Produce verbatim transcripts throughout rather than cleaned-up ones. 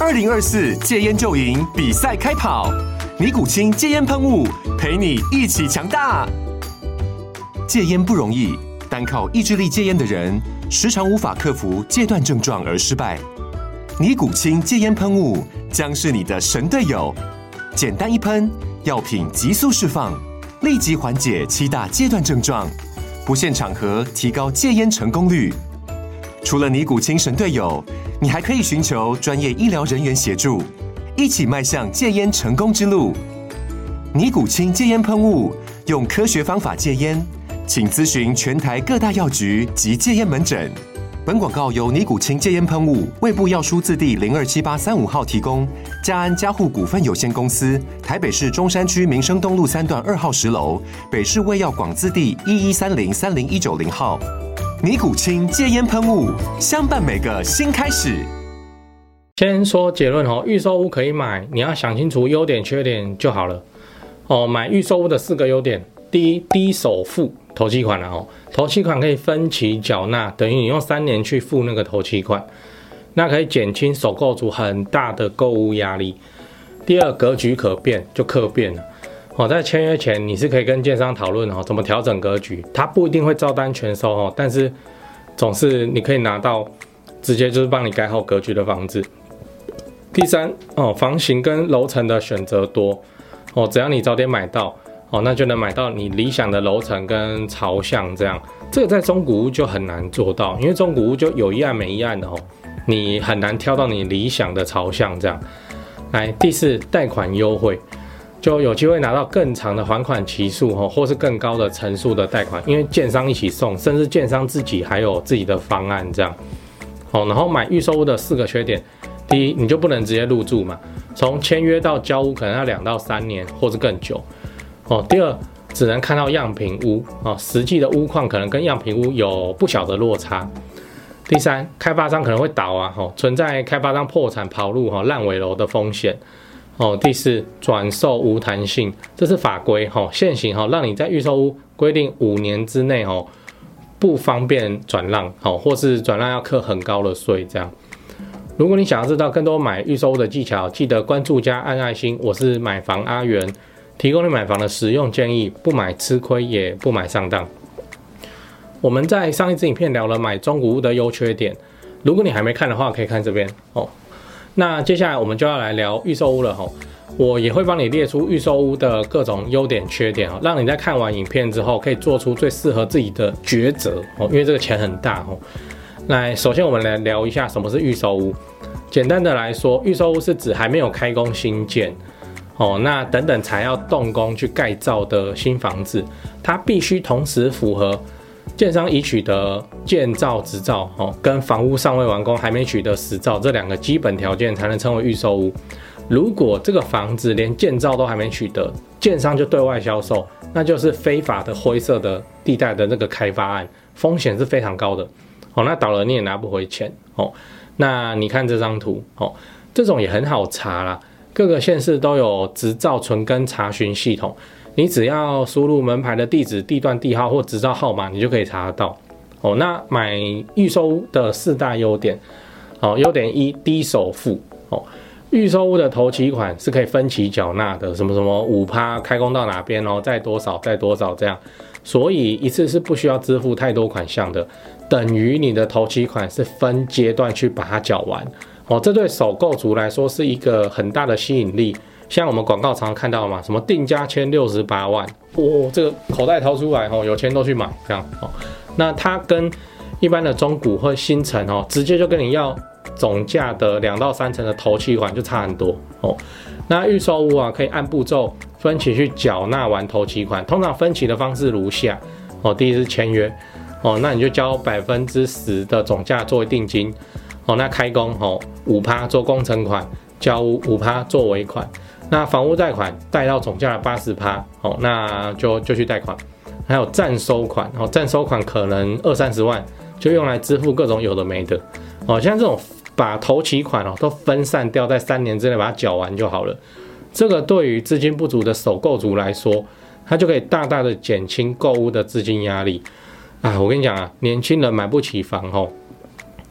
二零二四戒烟就赢比赛开跑，尼古清戒烟喷雾陪你一起强大。戒烟不容易，单靠意志力戒烟的人，时常无法克服戒断症状而失败。尼古清戒烟喷雾将是你的神队友，简单一喷，药品急速释放，立即缓解七大戒断症状，不限场合提高戒烟成功率。除了尼古清神队友，你还可以寻求专业医疗人员协助，一起迈向戒烟成功之路。尼古清戒烟喷雾，用科学方法戒烟，请咨询全台各大药局及戒烟门诊。本广告由尼古清戒烟喷雾、卫部药书字第零二七八三五号提供，嘉安嘉护股份有限公司，台北市中山区民生东路三段二号十楼，北市卫药广字第一一三零三零一九零号。尼古清戒烟喷雾，相伴每个新开始。 先说结论哦，预售屋可以买，你要想清楚优点缺点就好了。哦，买预售屋的四个优点：第一，低首付，头期款了哦，头期款可以分期缴纳，等于你用三年去付那个头期款，那可以减轻首购族很大的购物压力。第二，格局可变，就客变了。哦，在签约前你是可以跟建商讨论哦，怎么调整格局，他不一定会照单全收哦，但是总是你可以拿到直接就是帮你改好格局的房子。第三哦，房型跟楼层的选择多哦，只要你早点买到哦，那就能买到你理想的楼层跟朝向这样。这个在中古屋就很难做到，因为中古屋就有一案没一案的哦，你很难挑到你理想的朝向这样。来，第四，贷款优惠。就有机会拿到更长的还款期数或是更高的成数的贷款，因为建商一起送，甚至建商自己还有自己的方案这样。然后买预售屋的四个缺点：第一，你就不能直接入住嘛，从签约到交屋可能要两到三年或是更久。第二，只能看到样品屋，实际的屋况可能跟样品屋有不小的落差。第三，开发商可能会倒啊，存在开发商破产跑路、烂尾楼的风险。哦，第四，转售无弹性，这是法规哈、哦，现行哈、哦，让你在预售屋规定五年之内哦，不方便转让，哦，或是转让要课很高的税这样。如果你想要知道更多买预售屋的技巧，记得关注加按爱心，我是买房阿元，提供你买房的实用建议，不买吃亏也不买上当。我们在上一支影片聊了买中古屋的优缺点，如果你还没看的话，可以看这边哦。那接下来我们就要来聊预售屋了吼，我也会帮你列出预售屋的各种优点缺点哦，让你在看完影片之后可以做出最适合自己的抉择哦，因为这个钱很大哦。来，首先我们来聊一下什么是预售屋。简单的来说，预售屋是指还没有开工新建哦，那等等才要动工去盖造的新房子，它必须同时符合建商已取得建造执照、哦、跟房屋尚未完工还没取得实照这两个基本条件才能称为预售屋。如果这个房子连建造都还没取得，建商就对外销售，那就是非法的灰色的地带的那个开发案，风险是非常高的、哦、那倒了你也拿不回钱、哦、那你看这张图、哦、这种也很好查啦，各个县市都有执照存根查询系统，你只要输入门牌的地址、地段、地号或执照号码，你就可以查得到。哦，那买预售屋的四大优点。哦，优点一，低首付。哦，预售屋的头期款是可以分期缴纳的，什么什么 百分之五 开工到哪边哦，再多少再多少这样，所以一次是不需要支付太多款项的，等于你的头期款是分阶段去把它缴完。哦，这对首购族来说是一个很大的吸引力。像我们广告常常看到嘛，什么定价签六十八万，哦，这个口袋掏出来哦，有钱都去买这样哦。那它跟一般的中古或新成哦，直接就跟你要总价的两到三成的头期款就差很多哦。那预售屋啊，可以按步骤分期去缴纳完头期款，通常分期的方式如下哦。第一是签约哦，那你就交百分之十的总价作为定金哦。那开工哦，五趴做工程款，交屋五趴做尾款。那房屋贷款贷到总价的八十趴哦，那就就去贷款。还有暂收款哦，暂收款可能二三十万，就用来支付各种有的没的哦。像这种把头期款哦都分散掉，在三年之内把它缴完就好了。这个对于资金不足的首购族来说，它就可以大大的减轻购物的资金压力啊。我跟你讲啊，年轻人买不起房哦，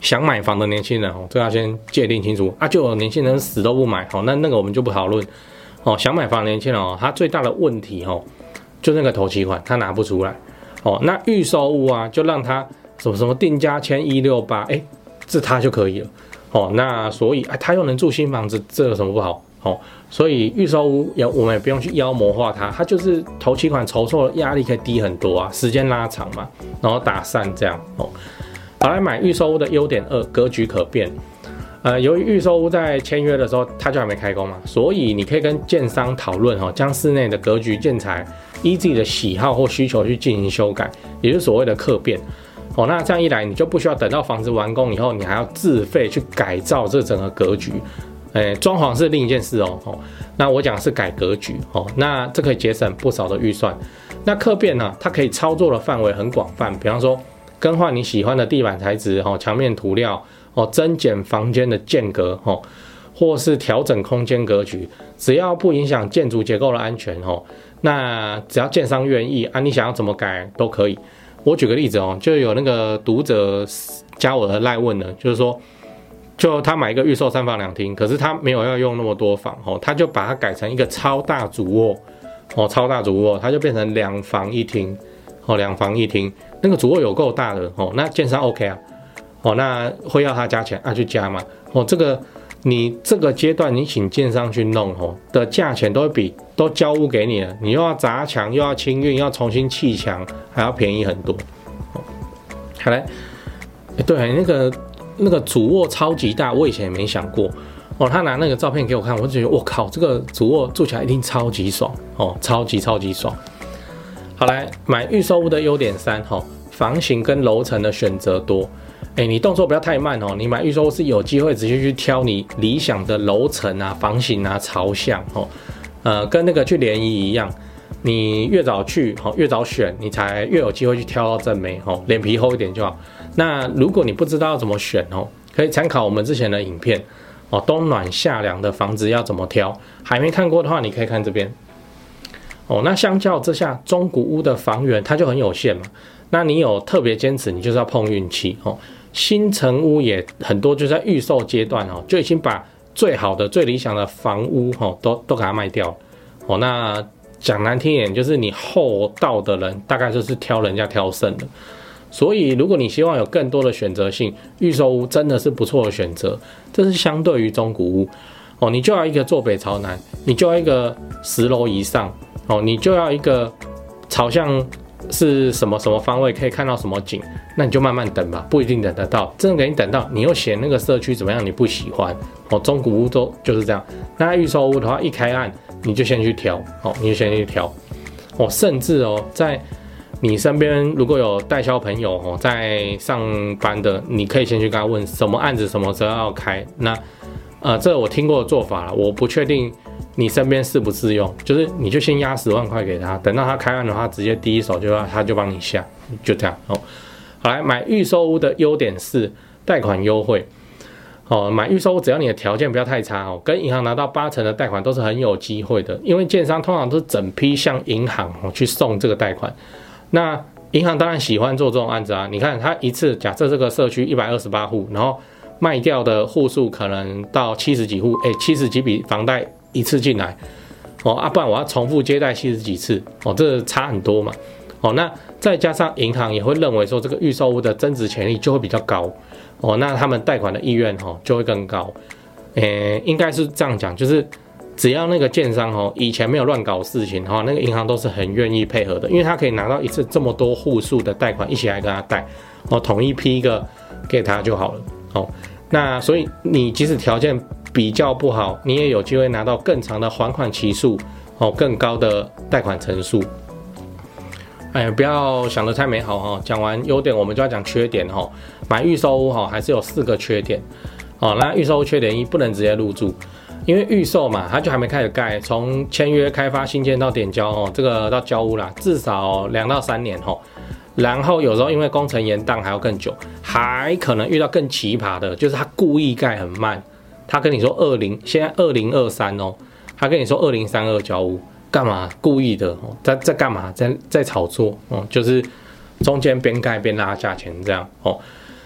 想买房的年轻人哦，这个要先界定清楚啊。就有年轻人死都不买哦，那那个我们就不讨论哦。想买房的年轻人哦，他最大的问题哦，就那个头期款他拿不出来哦。那预售屋啊，就让他什么什么定价签一六八，哎，这他就可以了哦。那所以啊，他又能住新房子，这有什么不好？哦，所以预售屋也我们也不用去妖魔化它，它就是头期款筹措的压力可以低很多啊，时间拉长嘛，然后打散这样哦。好，来买预售屋的优点二，格局可变。呃，由于预售屋在签约的时候它就还没开工嘛，所以你可以跟建商讨论哦，将室内的格局建材依自己的喜好或需求去进行修改，也就是所谓的客变。哦，那这样一来，你就不需要等到房子完工以后，你还要自费去改造这整个格局。诶，装潢是另一件事哦。哦，那我讲的是改格局哦，那这可以节省不少的预算。那客变呢，它可以操作的范围很广泛，比方说更换你喜欢的地板材质哦，墙面涂料哦，增减房间的间隔哦，或是调整空间格局，只要不影响建筑结构的安全哦，那只要建商愿意啊，你想要怎么改都可以。我举个例子哦，就有那个读者加我的赖问呢，就是说。就他买一个预售三房两厅，可是他没有要用那么多房哦，他就把它改成一个超大主卧哦，超大主卧，它就变成两房一厅哦，两房一厅，那个主卧有够大的哦，那建商 OK 啊，哦，那会要他加钱啊，就加嘛哦，这个你这个阶段你请建商去弄哦的价钱都会比都交屋给你了，你又要砸墙又要清运，要重新砌墙，还要便宜很多。哦，好来，对，那个。那个主卧超级大，我以前也没想过哦。他拿那个照片给我看，我就觉得我靠，这个主卧住起来一定超级爽哦，超级超级爽。好，来买预售屋的优点三哈，房型跟楼层的选择多。哎，你动作不要太慢哦，你买预售屋是有机会直接去挑你理想的楼层啊、房型啊、朝向哦，呃，跟那个去联谊一样。你越早去，好，越早选，你才越有机会去挑到正妹，哦，脸皮厚一点就好。那如果你不知道要怎么选哦，可以参考我们之前的影片哦，冬暖夏凉的房子要怎么挑？还没看过的话，你可以看这边哦。那相较之下，中古屋的房源它就很有限嘛。那你有特别坚持，你就是要碰运气哦。新成屋也很多，就在预售阶段哦，就已经把最好的、最理想的房屋哦，都都给它卖掉哦。那讲难听一点，就是你后到的人大概就是挑人家挑剩的，所以如果你希望有更多的选择性，预售屋真的是不错的选择。这是相对于中古屋哦，你就要一个坐北朝南，你就要一个十楼以上哦，你就要一个朝向是什么什么方位可以看到什么景，那你就慢慢等吧，不一定等得到。真的给你等到，你又嫌那个社区怎么样，你不喜欢哦。中古屋都就是这样。那预售屋的话，一开案你就先去挑哦，你就先去挑哦，甚至哦，在你身边如果有代销朋友哦，在上班的，你可以先去跟他问什么案子什么时候要开。那呃，这我听过的做法了，我不确定你身边适不适用，就是你就先压十万块给他，等到他开案的话，直接第一手就要他就帮你下，就这样哦。好，来买预售屋的优点是贷款优惠。哦，买预售屋只要你的条件不要太差哦，跟银行拿到八成的贷款都是很有机会的，因为建商通常都是整批向银行哦去送这个贷款。那银行当然喜欢做这种案子啊，你看他一次假设这个社区一百二十八户，然后卖掉的户数可能到七十几户，哎，七十几笔房贷一次进来，哦啊，不然我要重复接待七十几次，哦，这差很多嘛，哦，那再加上银行也会认为说这个预售屋的增值潜力就会比较高。哦，那他们贷款的意愿哈就会更高，诶，应该是这样讲，就是只要那个建商哈以前没有乱搞事情哈，那个银行都是很愿意配合的，因为他可以拿到一次这么多户数的贷款一起来跟他贷，哦，统一批一个给他就好了，哦，那所以你即使条件比较不好，你也有机会拿到更长的还款期数，哦，更高的贷款成数。哎，不要想得太美好哈！讲完优点，我们就要讲缺点哈。买预售屋哈，还是有四个缺点。哦，那预售屋缺点一，不能直接入住，因为预售嘛，它就还没开始盖，从签约、开发、新建到点交哦，这个到交屋啦，至少两到三年哈。然后有时候因为工程延宕还要更久，还可能遇到更奇葩的，就是他故意盖很慢，他跟你说二零，现在二零二三哦，他跟你说二零三二交屋。干嘛故意的哦？在在干嘛？在在炒作哦，就是中间边盖边拉价钱这样哦。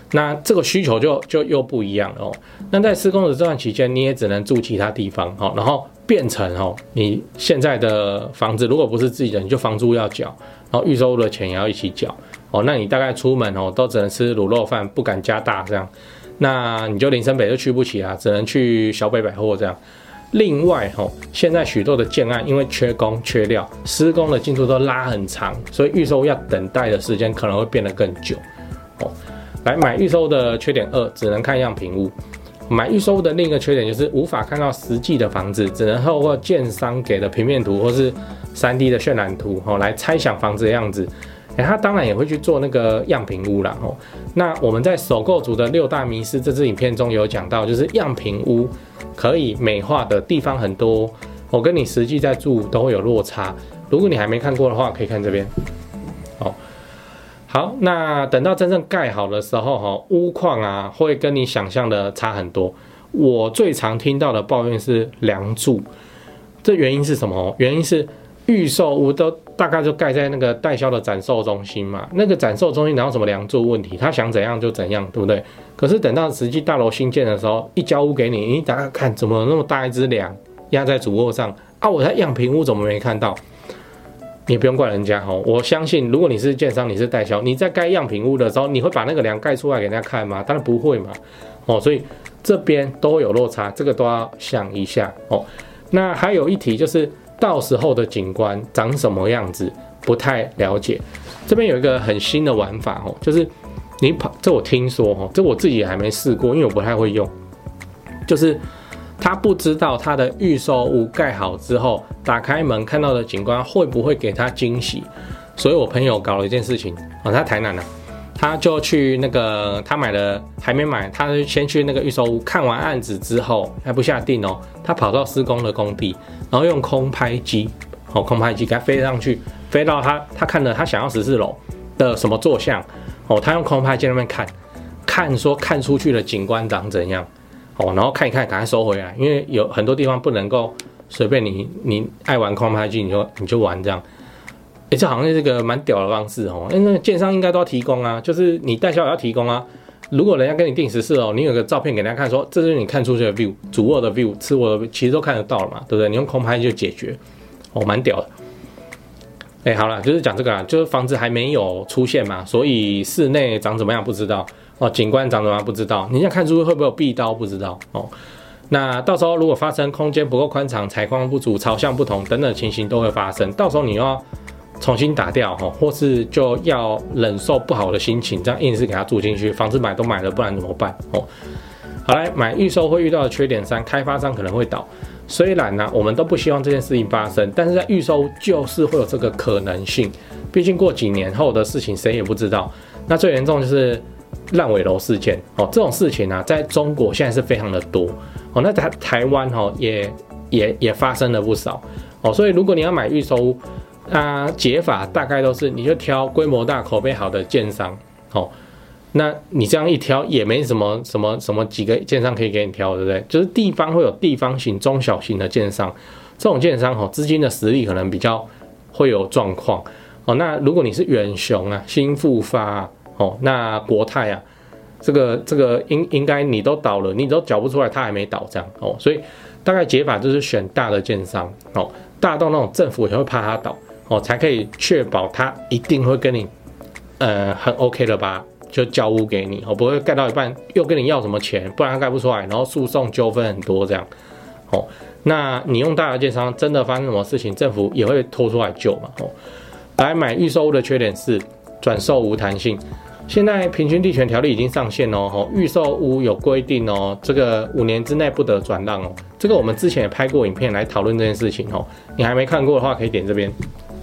那这个需求就就又不一样了哦。那在施工的这段期间，你也只能住其他地方哦，然后变成哦，你现在的房子如果不是自己的，你就房租要缴，然后预售屋的钱也要一起缴哦。那你大概出门哦，都只能吃卤肉饭，不敢加大这样。那你就林森北就去不起啦，只能去小北百货这样。另外吼，现在许多的建案因为缺工缺料，施工的进度都拉很长，所以预售要等待的时间可能会变得更久。哦，来买预售的缺点二，只能看样品屋。买预售的另一个缺点就是无法看到实际的房子，只能透过建商给的平面图或是 三 D 的渲染图哦来猜想房子的样子。欸、他当然也会去做那个样品屋啦哦。那我们在首购组的六大迷思这支影片中有讲到，就是样品屋可以美化的地方很多，我、哦、跟你实际在住都会有落差。如果你还没看过的话，可以看这边。哦，好，那等到真正盖好的时候，哈，屋况啊会跟你想象的差很多。我最常听到的抱怨是梁柱，这原因是什么？原因是预售屋都大概就盖在那个代销的展售中心嘛，那个展售中心哪有什么梁柱问题？他想怎样就怎样，对不对？可是等到实际大楼新建的时候，一交屋给你，你大概看怎么有那么大一只梁压在主卧上啊？我在样品屋怎么没看到？你不用怪人家哦，我相信如果你是建商，你是代销，你在盖样品屋的时候，你会把那个梁盖出来给人家看吗？当然不会嘛。哦，所以这边都会有落差，这个都要想一下哦。那还有一题就是。到时候的景观长什么样子不太了解，这边有一个很新的玩法哦，就是你跑，这我听说哦，这我自己也还没试过，因为我不太会用。就是他不知道他的预售屋盖好之后，打开门看到的景观会不会给他惊喜，所以我朋友搞了一件事情哦，他台南啊，他就去那个他买了还没买，他就先去那个预售屋看完案子之后还不下定哦，他跑到施工的工地。然后用空拍机，哦，空拍机给它飞上去，飞到他他看了他想要十四楼的什么坐向，哦，他用空拍机那边看，看说看出去的景观长怎样，哦，然后看一看，赶快收回来，因为有很多地方不能够随便你你爱玩空拍机你就你就玩这样，哎，这好像是个蛮屌的方式哦，那建商应该都要提供啊，就是你代销也要提供啊。如果人家跟你定十四楼，你有个照片给人家看说，说这就是你看出去的 view， 主卧的 view， 次卧的 view， 其实都看得到了嘛，对不对？你用空拍就解决，哦，蛮屌的。哎，好了，就是讲这个啦，就是房子还没有出现嘛，所以室内长怎么样不知道哦，景观长怎么样不知道，你想看出会不会有壁刀不知道哦。那到时候如果发生空间不够宽敞、采光不足、朝向不同等等情形都会发生，到时候你要重新打掉哈，或是就要忍受不好的心情，这样硬是给他住进去，房子买都买了，不然怎么办哦？好来，买预售会遇到的缺点三，开发商可能会倒。虽然呢、啊，我们都不希望这件事情发生，但是在预售就是会有这个可能性。毕竟过几年后的事情谁也不知道。那最严重就是烂尾楼事件哦，这种事情啊，在中国现在是非常的多哦。那在台湾哦，也也也发生了不少哦。所以如果你要买预售屋，啊，解法大概都是，你就挑规模大、口碑好的建商，哦，那你这样一挑也没什么什么什么几个建商可以给你挑，对不对？就是地方会有地方型、中小型的建商，这种建商哦，资金的实力可能比较会有状况，哦。那如果你是远雄啊、新复发啊，哦，那国泰啊，这个这个应应该你都倒了，你都缴不出来，他还没倒这样，哦，所以大概解法就是选大的建商，哦，大到那种政府也会怕他倒。哦，才可以确保他一定会跟你，呃，很 OK 了吧？就交屋给你，我、哦、不会盖到一半又跟你要什么钱，不然他盖不出来，然后诉讼纠纷很多这样。哦，那你用大的建商真的发生什么事情，政府也会拖出来救嘛？哦，来买预售屋的缺点是转售无弹性。现在平均地权条例已经上线哦，哦，预售屋有规定哦，这个五年之内不得转让哦。这个我们之前也拍过影片来讨论这件事情哦，你还没看过的话，可以点这边。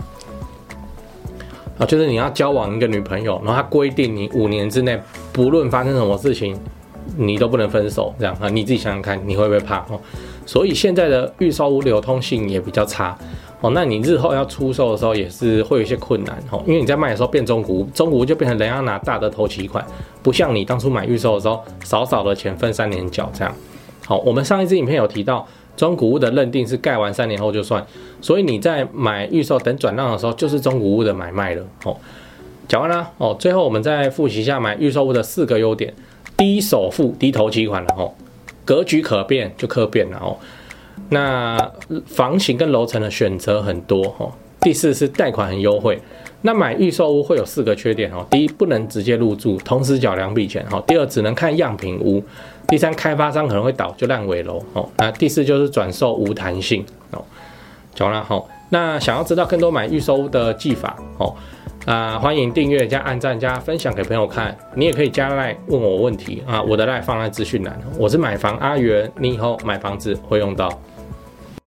啊，就是你要交往一个女朋友，然后他规定你五年之内，不论发生什么事情，你都不能分手，这样啊，你自己想想看，你会不会怕哦？所以现在的预售屋流通性也比较差哦，那你日后要出售的时候也是会有一些困难哦，因为你在卖的时候变中古屋，中古屋就变成人家拿大的头期款，不像你当初买预售的时候，少少的钱分三年缴这样。好，我们上一支影片有提到。中古屋的认定是盖完三年后就算，所以你在买预售等转让的时候，就是中古屋的买卖了哦。 讲完了哦。最后我们再复习一下买预售屋的四个优点：低首付、低头期款了哦，格局可变就可变了哦。那房型跟楼层的选择很多哦。第四是贷款很优惠。那买预售屋会有四个缺点哦：第一，不能直接入住，同时缴两笔钱哦；第二，只能看样品屋；第三，开发商可能会倒，就烂尾楼哦。那第四就是转售无弹性哦。讲完了哦。那想要知道更多买预售屋的技法哦，啊、呃，欢迎订阅加按赞加分享给朋友看。你也可以加赖问我问题啊，我的赖放在资讯栏。我是买房阿元，你以后买房子会用到。